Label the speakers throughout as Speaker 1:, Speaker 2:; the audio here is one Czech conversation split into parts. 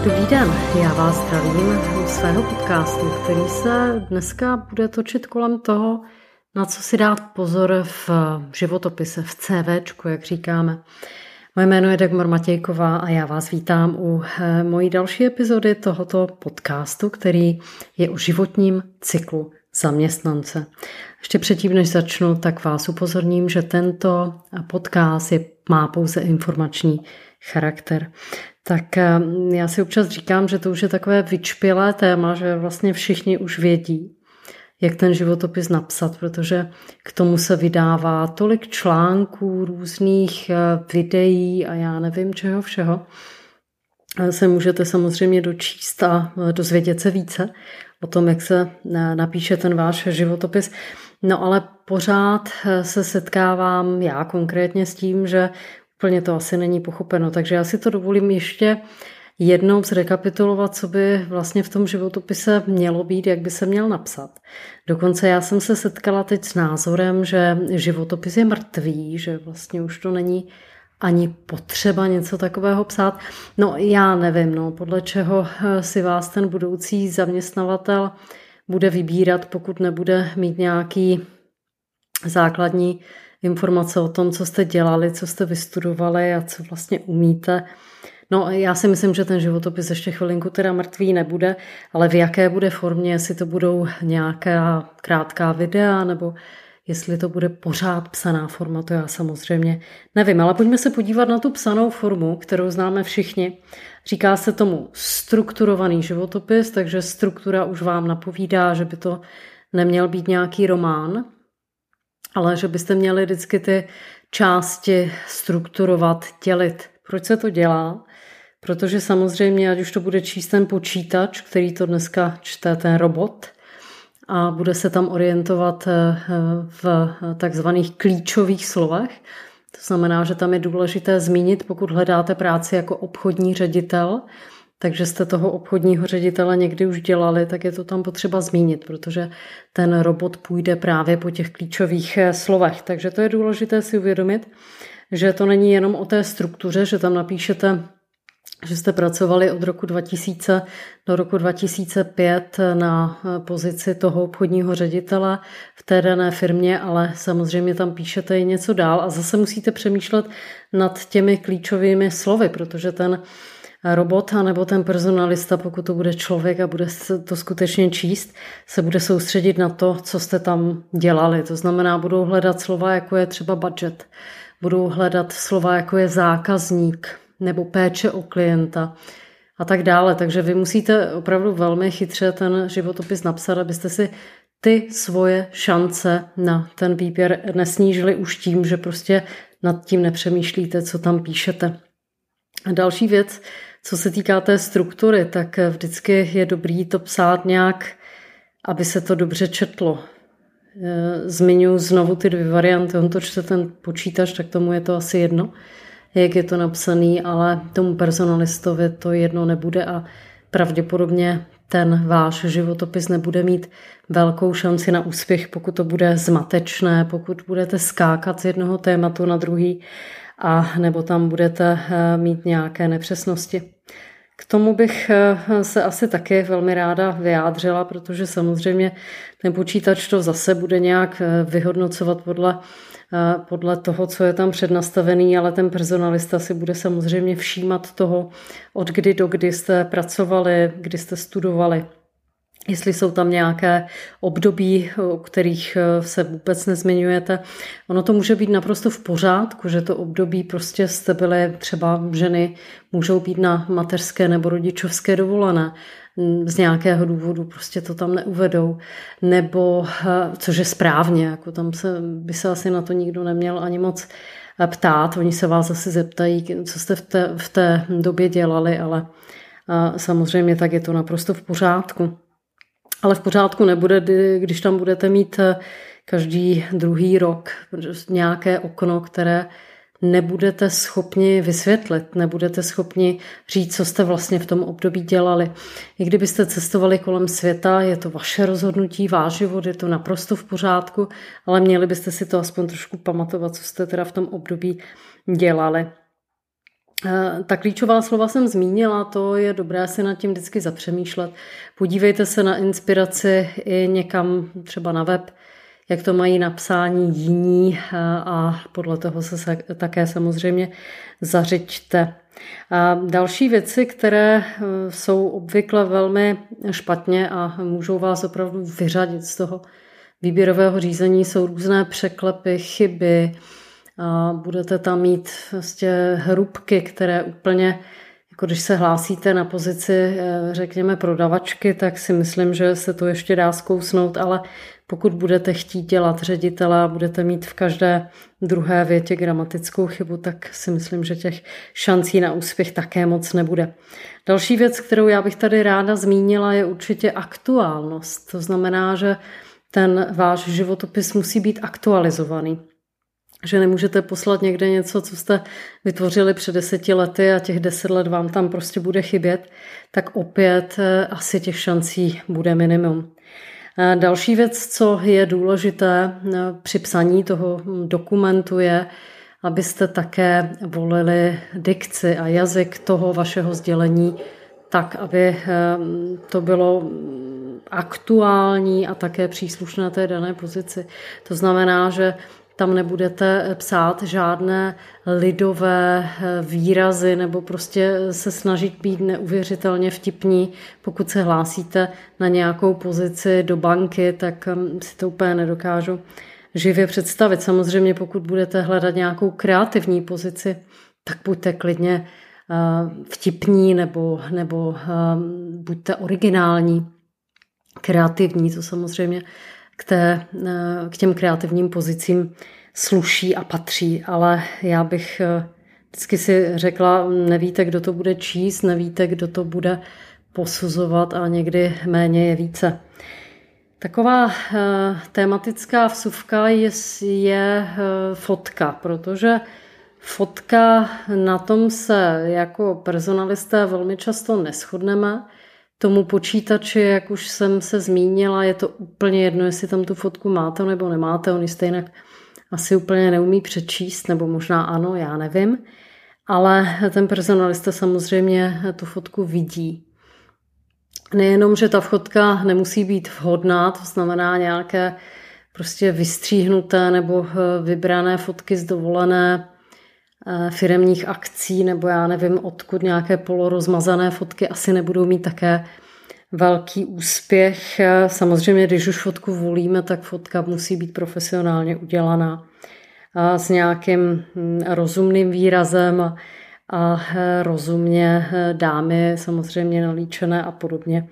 Speaker 1: Dobrý den, já vás zdravím u svého podcastu, který se dneska bude točit kolem toho, na co si dát pozor v životopise, v CVčku, jak říkáme. Moje jméno je Dagmar Matějková a já vás vítám u mojí další epizody tohoto podcastu, který je o životním cyklu zaměstnance. Ještě předtím, než začnu, tak vás upozorním, že tento podcast má pouze informační charakter. Tak já si občas říkám, že to už je takové vyčpělé téma, že vlastně všichni už vědí, jak ten životopis napsat, protože k tomu se vydává tolik článků, různých videí a já nevím čeho všeho. Se můžete samozřejmě dočíst a dozvědět se více o tom, jak se napíše ten váš životopis. No ale pořád se setkávám já konkrétně s tím, že úplně to asi není pochopeno. Takže já si to dovolím ještě jednou zrekapitulovat, co by vlastně v tom životopise mělo být, jak by se měl napsat. Dokonce já jsem se setkala teď s názorem, že životopis je mrtvý, že vlastně už to není ani potřeba něco takového psát. No já nevím, podle čeho si vás ten budoucí zaměstnavatel bude vybírat, pokud nebude mít nějaký základní informace o tom, co jste dělali, co jste vystudovali a co vlastně umíte. No já si myslím, že ten životopis ještě chvilinku teda mrtvý nebude, ale v jaké bude formě, jestli to budou nějaká krátká videa, nebo jestli to bude pořád psaná forma, to já samozřejmě nevím. Ale pojďme se podívat na tu psanou formu, kterou známe všichni. Říká se tomu strukturovaný životopis, takže struktura už vám napovídá, že by to neměl být nějaký román, ale že byste měli vždycky ty části strukturovat, dělit. Proč se to dělá? Protože samozřejmě, ať už to bude číst ten počítač, který to dneska čte ten robot, a bude se tam orientovat v takzvaných klíčových slovech. To znamená, že tam je důležité zmínit, pokud hledáte práci jako obchodní ředitel, takže jste toho obchodního ředitele někdy už dělali, tak je to tam potřeba zmínit, protože ten robot půjde právě po těch klíčových slovech. Takže to je důležité si uvědomit, že to není jenom o té struktuře, že tam napíšete, že jste pracovali od roku 2000 do roku 2005 na pozici toho obchodního ředitele v té dané firmě, ale samozřejmě tam píšete i něco dál a zase musíte přemýšlet nad těmi klíčovými slovy, protože ten robot anebo ten personalista, pokud to bude člověk a bude to skutečně číst, se bude soustředit na to, co jste tam dělali. To znamená, budou hledat slova, jako je třeba budget, budou hledat slova, jako je zákazník nebo péče o klienta a tak dále. Takže vy musíte opravdu velmi chytře ten životopis napsat, abyste si ty svoje šance na ten výběr nesnížili už tím, že prostě nad tím nepřemýšlíte, co tam píšete. A další věc, co se týká té struktury, tak vždycky je dobrý to psát nějak, aby se to dobře četlo. Zmiňuji znovu ty dvě varianty, on to čte ten počítač, tak tomu je to asi jedno, jak je to napsaný, ale tomu personalistovi to jedno nebude a pravděpodobně ten váš životopis nebude mít velkou šanci na úspěch, pokud to bude zmatečné, pokud budete skákat z jednoho tématu na druhý, a nebo tam budete mít nějaké nepřesnosti. K tomu bych se asi taky velmi ráda vyjádřila, protože samozřejmě ten počítač to zase bude nějak vyhodnocovat podle toho, co je tam přednastavený, ale ten personalista si bude samozřejmě všímat toho, od kdy do kdy jste pracovali, kdy jste studovali. Jestli jsou tam nějaké období, o kterých se vůbec nezmiňujete. Ono to může být naprosto v pořádku, že to období prostě jste byli, třeba ženy můžou být na mateřské nebo rodičovské dovolené. Z nějakého důvodu prostě to tam neuvedou. Nebo, což je správně, jako tam by se asi na to nikdo neměl ani moc ptát. Oni se vás asi zeptají, co jste v té době dělali, ale samozřejmě tak je to naprosto v pořádku. Ale v pořádku nebude, když tam budete mít každý druhý rok nějaké okno, které nebudete schopni vysvětlit, nebudete schopni říct, co jste vlastně v tom období dělali. I kdybyste cestovali kolem světa, je to vaše rozhodnutí, váš život, je to naprosto v pořádku, ale měli byste si to aspoň trošku pamatovat, co jste teda v tom období dělali. Ta klíčová slova jsem zmínila, to je dobré si nad tím vždycky zapřemýšlet. Podívejte se na inspiraci i někam třeba na web, jak to mají napsání jiní a podle toho se také samozřejmě zařiďte. A další věci, které jsou obvykle velmi špatně a můžou vás opravdu vyřadit z toho výběrového řízení, jsou různé překlepy, chyby, a budete tam mít vlastně hrubky, které úplně, jako když se hlásíte na pozici, řekněme, prodavačky, tak si myslím, že se to ještě dá zkousnout, ale pokud budete chtít dělat ředitele a budete mít v každé druhé větě gramatickou chybu, tak si myslím, že těch šancí na úspěch také moc nebude. Další věc, kterou já bych tady ráda zmínila, je určitě aktuálnost. To znamená, že ten váš životopis musí být aktualizovaný. Že nemůžete poslat někde něco, co jste vytvořili před 10 lety a těch 10 let vám tam prostě bude chybět, tak opět asi těch šancí bude minimum. Další věc, co je důležité při psaní toho dokumentu, je, abyste také volili dikci a jazyk toho vašeho sdělení tak, aby to bylo aktuální a také příslušné té dané pozici. To znamená, že tam nebudete psát žádné lidové výrazy nebo prostě se snažit být neuvěřitelně vtipní. Pokud se hlásíte na nějakou pozici do banky, tak si to úplně nedokážu živě představit. Samozřejmě pokud budete hledat nějakou kreativní pozici, tak buďte klidně vtipní nebo buďte originální, kreativní, to samozřejmě k těm kreativním pozicím sluší a patří, ale já bych vždycky si řekla, nevíte, kdo to bude číst, nevíte, kdo to bude posuzovat a někdy méně je více. Taková tematická vsuvka je fotka, protože fotka, na tom se jako personalisté velmi často neshodneme. Tomu počítači, jak už jsem se zmínila, je to úplně jedno, jestli tam tu fotku máte nebo nemáte. On ji stejně asi úplně neumí přečíst, nebo možná ano, já nevím. Ale ten personalista samozřejmě tu fotku vidí. Nejenom, že ta fotka nemusí být vhodná, to znamená nějaké prostě vystříhnuté nebo vybrané fotky z dovolené, firemních akcí, nebo já nevím, odkud nějaké polorozmazané fotky asi nebudou mít také velký úspěch. Samozřejmě, když už fotku volíme, tak fotka musí být profesionálně udělaná s nějakým rozumným výrazem a rozumně dámy samozřejmě nalíčené a podobně.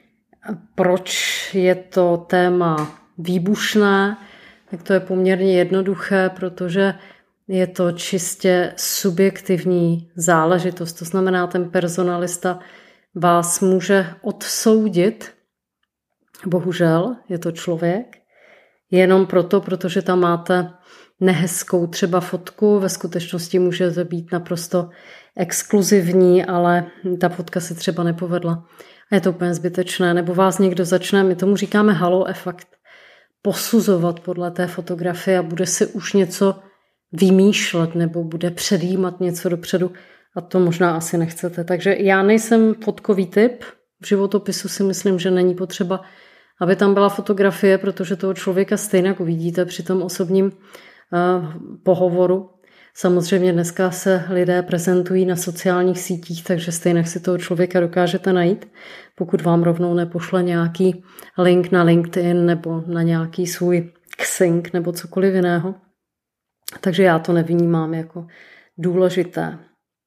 Speaker 1: Proč je to téma výbušné? Tak to je poměrně jednoduché, protože je to čistě subjektivní záležitost. To znamená, ten personalista vás může odsoudit, bohužel je to člověk, jenom proto, protože tam máte nehezkou třeba fotku, ve skutečnosti může to být naprosto exkluzivní, ale ta fotka se třeba nepovedla a je to úplně zbytečné. Nebo vás někdo začne, my tomu říkáme halo efekt, posuzovat podle té fotografie a bude si už něco vymýšlet nebo bude předjímat něco dopředu a to možná asi nechcete. Takže já nejsem fotkový typ, v životopisu si myslím, že není potřeba, aby tam byla fotografie, protože toho člověka stejně uvidíte při tom osobním pohovoru. Samozřejmě dneska se lidé prezentují na sociálních sítích, takže stejně si toho člověka dokážete najít, pokud vám rovnou nepošle nějaký link na LinkedIn nebo na nějaký svůj Xing nebo cokoliv jiného. Takže já to nevnímám jako důležité.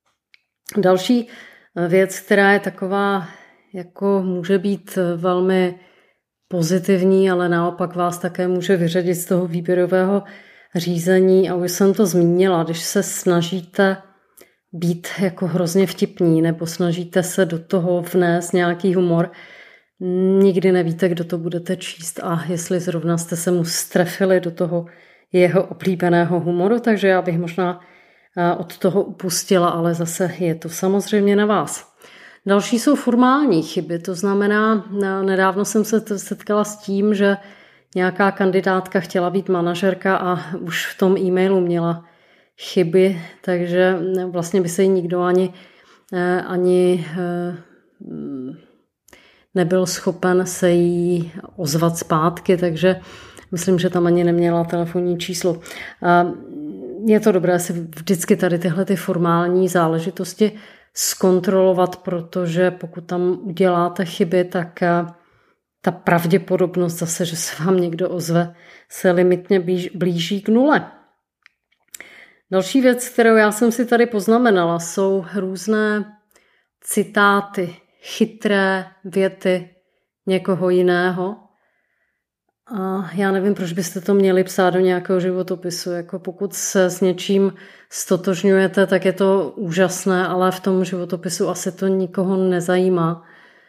Speaker 1: Další věc, která je taková, jako může být velmi pozitivní, ale naopak vás také může vyřadit z toho výběrového řízení, a už jsem to zmínila, když se snažíte být jako hrozně vtipní nebo snažíte se do toho vnést nějaký humor, nikdy nevíte, kdo to budete číst a jestli zrovna jste se mu strefili do toho jeho oblíbeného humoru, takže já bych možná od toho upustila, ale zase je to samozřejmě na vás. Další jsou formální chyby, to znamená, nedávno jsem se setkala s tím, že nějaká kandidátka chtěla být manažerka a už v tom e-mailu měla chyby, takže vlastně by se jí nikdo ani nebyl schopen se jí ozvat zpátky, takže myslím, že tam ani neměla telefonní číslo. Je to dobré si vždycky tady tyhle ty formální záležitosti zkontrolovat, protože pokud tam uděláte chyby, tak ta pravděpodobnost zase, že se vám někdo ozve, se limitně blíží k nule. Další věc, kterou já jsem si tady poznamenala, jsou různé citáty, chytré věty někoho jiného. A já nevím, proč byste to měli psát do nějakého životopisu. Jako pokud se s něčím stotožňujete, tak je to úžasné, ale v tom životopisu asi to nikoho nezajímá.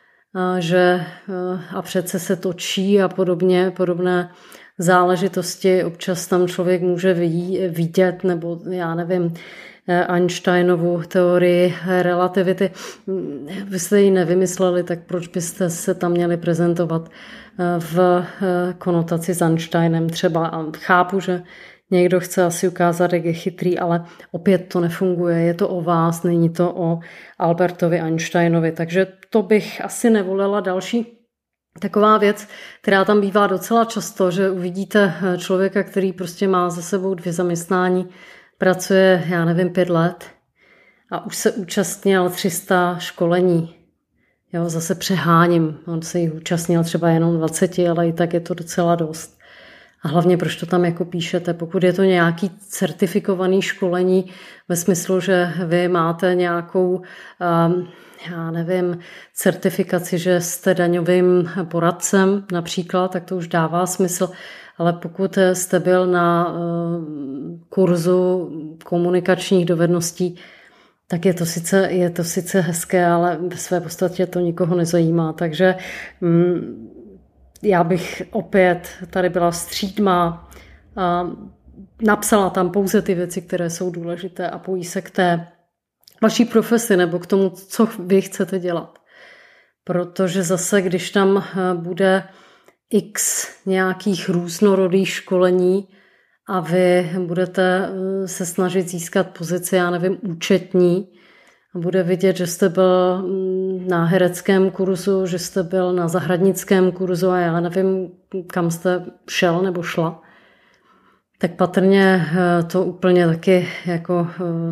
Speaker 1: A přece se točí a podobné záležitosti. Občas tam člověk může vidět, nebo já nevím, Einsteinovu teorii relativity. Vy jste ji nevymysleli, tak proč byste se tam měli prezentovat v konotaci s Einsteinem třeba? A chápu, že někdo chce asi ukázat, jak je chytrý, ale opět to nefunguje. Je to o vás, není to o Albertovi Einsteinovi. Takže to bych asi nevolila. Další taková věc, která tam bývá docela často, že uvidíte člověka, který prostě má za sebou 2 zaměstnání, pracuje, 5 let a už se účastnil 300 školení. Jo, zase přeháním. On se jich účastnil třeba jenom 20, ale i tak je to docela dost. A hlavně, proč to tam jako píšete? Pokud je to nějaký certifikovaný školení ve smyslu, že vy máte nějakou, certifikaci, že jste daňovým poradcem například, tak to už dává smysl. Ale pokud jste byl na kurzu komunikačních dovedností, tak je to sice hezké, ale ve své podstatě to nikoho nezajímá. Takže já bych opět tady byla střídmá, napsala tam pouze ty věci, které jsou důležité a pojí se k té vaší profesi nebo k tomu, co vy chcete dělat. Protože zase, když tam bude x nějakých různorodých školení a vy budete se snažit získat pozici, účetní, a bude vidět, že jste byl na hereckém kurzu, že jste byl na zahradnickém kurzu a já nevím, kam jste šel nebo šla, tak patrně to úplně taky jako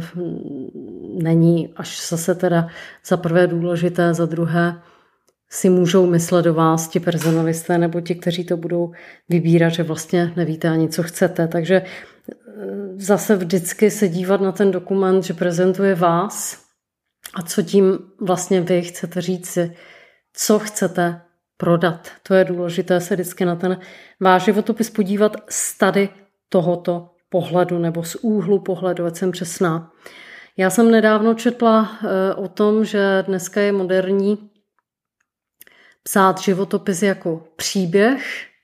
Speaker 1: není až zase teda za prvé důležité, za druhé si můžou myslet do vás ti personalisté nebo ti, kteří to budou vybírat, že vlastně nevíte ani, co chcete. Takže zase vždycky se dívat na ten dokument, že prezentuje vás a co tím vlastně vy chcete říct si, co chcete prodat. To je důležité se vždycky na ten váš životopis podívat z tady tohoto pohledu nebo z úhlu pohledu, ať jsem přesná. Já jsem nedávno četla o tom, že dneska je moderní psát životopis jako příběh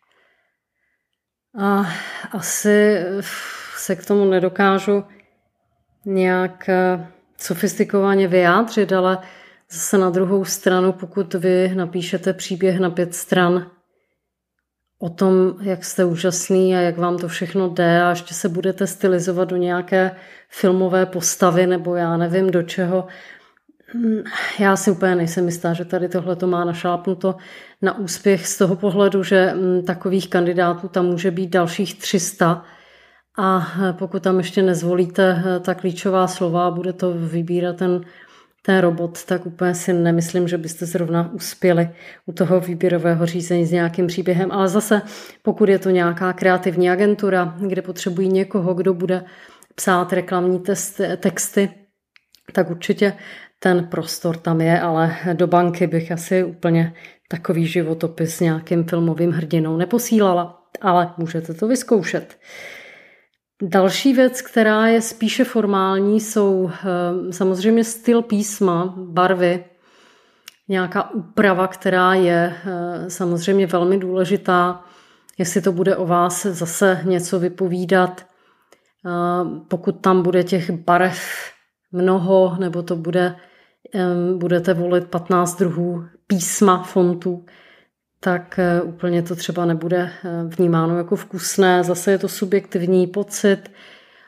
Speaker 1: a asi se k tomu nedokážu nějak sofistikovaně vyjádřit, ale zase na druhou stranu, pokud vy napíšete příběh na 5 stran o tom, jak jste úžasný a jak vám to všechno jde a ještě se budete stylizovat do nějaké filmové postavy nebo já nevím do čeho, já si úplně nejsem jistá, že tady tohle to má našlápnuto na úspěch z toho pohledu, že takových kandidátů tam může být dalších 300 a pokud tam ještě nezvolíte ta klíčová slova a bude to vybírat ten robot, tak úplně si nemyslím, že byste zrovna uspěli u toho výběrového řízení s nějakým příběhem. Ale zase, pokud je to nějaká kreativní agentura, kde potřebují někoho, kdo bude psát reklamní texty, tak určitě ten prostor tam je, ale do banky bych asi úplně takový životopis s nějakým filmovým hrdinou neposílala, ale můžete to vyzkoušet. Další věc, která je spíše formální, jsou samozřejmě styl písma, barvy, nějaká úprava, která je samozřejmě velmi důležitá, jestli to bude o vás zase něco vypovídat, pokud tam bude těch barev mnoho, nebo to budete volit 15 druhů písma, fontů, tak úplně to třeba nebude vnímáno jako vkusné. Zase je to subjektivní pocit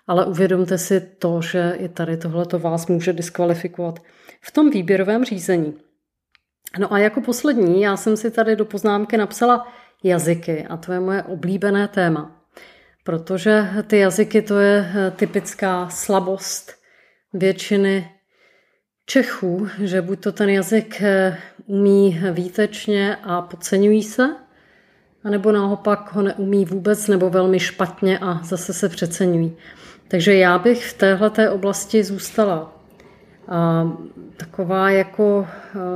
Speaker 1: ale uvědomte si to, že i tady tohleto vás může diskvalifikovat v tom výběrovém řízení. No a jako poslední, já jsem si tady do poznámky napsala jazyky a to je moje oblíbené téma, protože ty jazyky to je typická slabost většiny Čechů, že buď to ten jazyk umí výtečně a podceňují se, anebo naopak ho neumí vůbec nebo velmi špatně a zase se přeceňují. Takže já bych v téhleté oblasti zůstala taková jako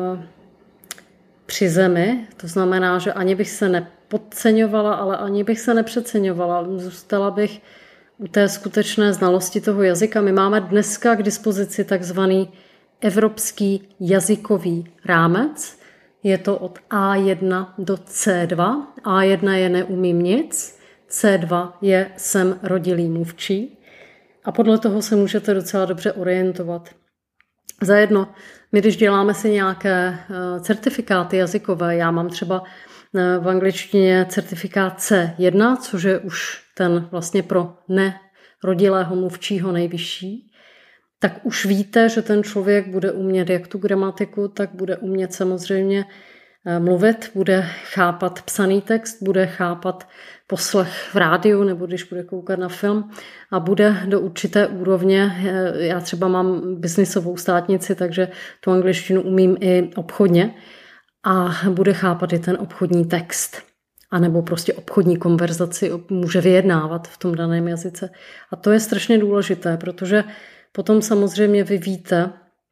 Speaker 1: při zemi, to znamená, že ani bych se nepodceňovala, ale ani bych se nepřeceňovala. Zůstala bych u té skutečné znalosti toho jazyka. My máme dneska k dispozici takzvaný Evropský jazykový rámec. Je to od A1 do C2. A1 je neumím nic, C2 je jsem rodilý mluvčí a podle toho se můžete docela dobře orientovat. Zajedno, my když děláme si nějaké certifikáty jazykové, já mám třeba v angličtině certifikát C1, což je už ten vlastně pro nerodilého mluvčího nejvyšší, tak už víte, že ten člověk bude umět jak tu gramatiku, tak bude umět samozřejmě mluvit, bude chápat psaný text, bude chápat poslech v rádiu nebo když bude koukat na film a bude do určité úrovně, já třeba mám biznisovou státnici, takže tu angličtinu umím i obchodně a bude chápat i ten obchodní text. A nebo prostě obchodní konverzaci může vyjednávat v tom daném jazyce. A to je strašně důležité, protože potom samozřejmě vy víte,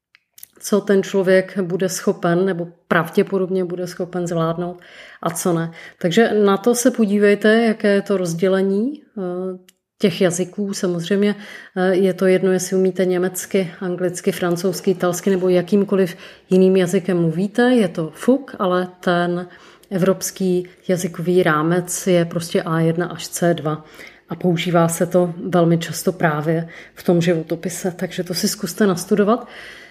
Speaker 1: co ten člověk bude schopen nebo pravděpodobně bude schopen zvládnout a co ne. Takže na to se podívejte, jaké je to rozdělení těch jazyků. Samozřejmě je to jedno, jestli umíte německy, anglicky, francouzsky, italsky nebo jakýmkoliv jiným jazykem mluvíte. Je to fuk, ale ten evropský jazykový rámec je prostě A1 až C2. A používá se to velmi často právě v tom životopise, takže to si zkuste nastudovat.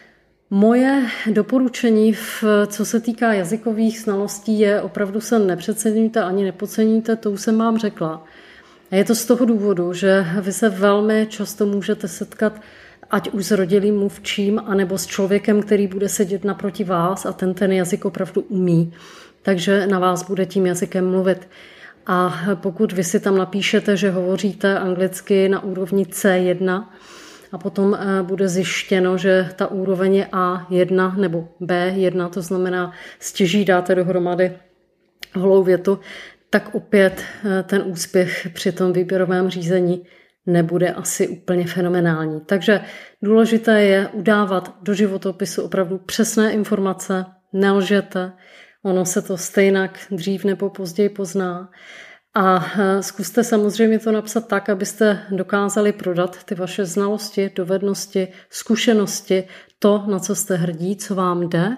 Speaker 1: Moje doporučení, co se týká jazykových znalostí, je opravdu se nepřeceňujte ani nepodceňujte, to už jsem vám řekla. A je to z toho důvodu, že vy se velmi často můžete setkat ať už s rodilým mluvčím, anebo s člověkem, který bude sedět naproti vás a ten jazyk opravdu umí. Takže na vás bude tím jazykem mluvit. A pokud vy si tam napíšete, že hovoříte anglicky na úrovni C1 a potom bude zjištěno, že ta úroveň je A1 nebo B1, to znamená stěží dáte dohromady holou větu, tak opět ten úspěch při tom výběrovém řízení nebude asi úplně fenomenální. Takže důležité je udávat do životopisu opravdu přesné informace, nelžete, ono se to stejnak dřív nebo později pozná. A zkuste samozřejmě to napsat tak, abyste dokázali prodat ty vaše znalosti, dovednosti, zkušenosti, to, na co jste hrdí, co vám jde.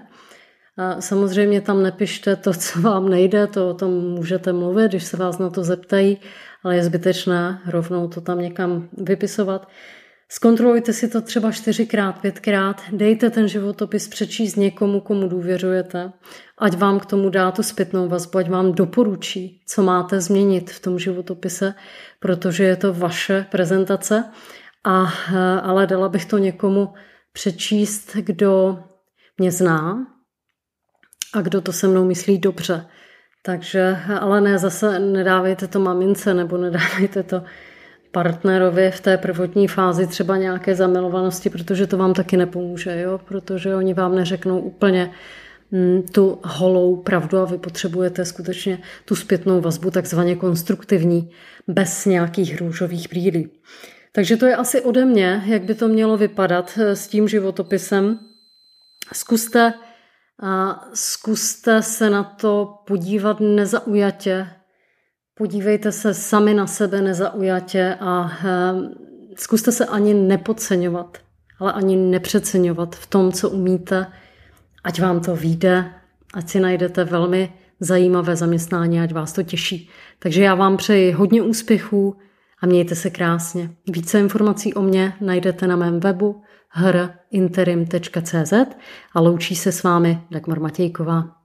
Speaker 1: A samozřejmě tam nepište to, co vám nejde, to o tom můžete mluvit, když se vás na to zeptají, ale je zbytečné rovnou to tam někam vypisovat. Zkontrolujte si to třeba 4x, 5x, dejte ten životopis přečíst někomu, komu důvěřujete, ať vám k tomu dá tu zpětnou vazbu, ať vám doporučí, co máte změnit v tom životopise, protože je to vaše prezentace, ale dala bych to někomu přečíst, kdo mě zná a kdo to se mnou myslí dobře. Takže, ale ne, zase nedávejte to mamince nebo nedávejte to partnerovi v té prvotní fázi třeba nějaké zamilovanosti, protože to vám taky nepomůže, jo? Protože oni vám neřeknou úplně tu holou pravdu a vy potřebujete skutečně tu zpětnou vazbu, takzvaně konstruktivní, bez nějakých růžových brýlí. Takže to je asi ode mě, jak by to mělo vypadat s tím životopisem. Zkuste se na to podívat nezaujatě, podívejte se sami na sebe nezaujatě a zkuste se ani nepodceňovat, ale ani nepřeceňovat v tom, co umíte, ať vám to vyjde, ať si najdete velmi zajímavé zaměstnání, ať vás to těší. Takže já vám přeji hodně úspěchů a mějte se krásně. Více informací o mně najdete na mém webu hrinterim.cz a loučí se s vámi Dagmar Matějková.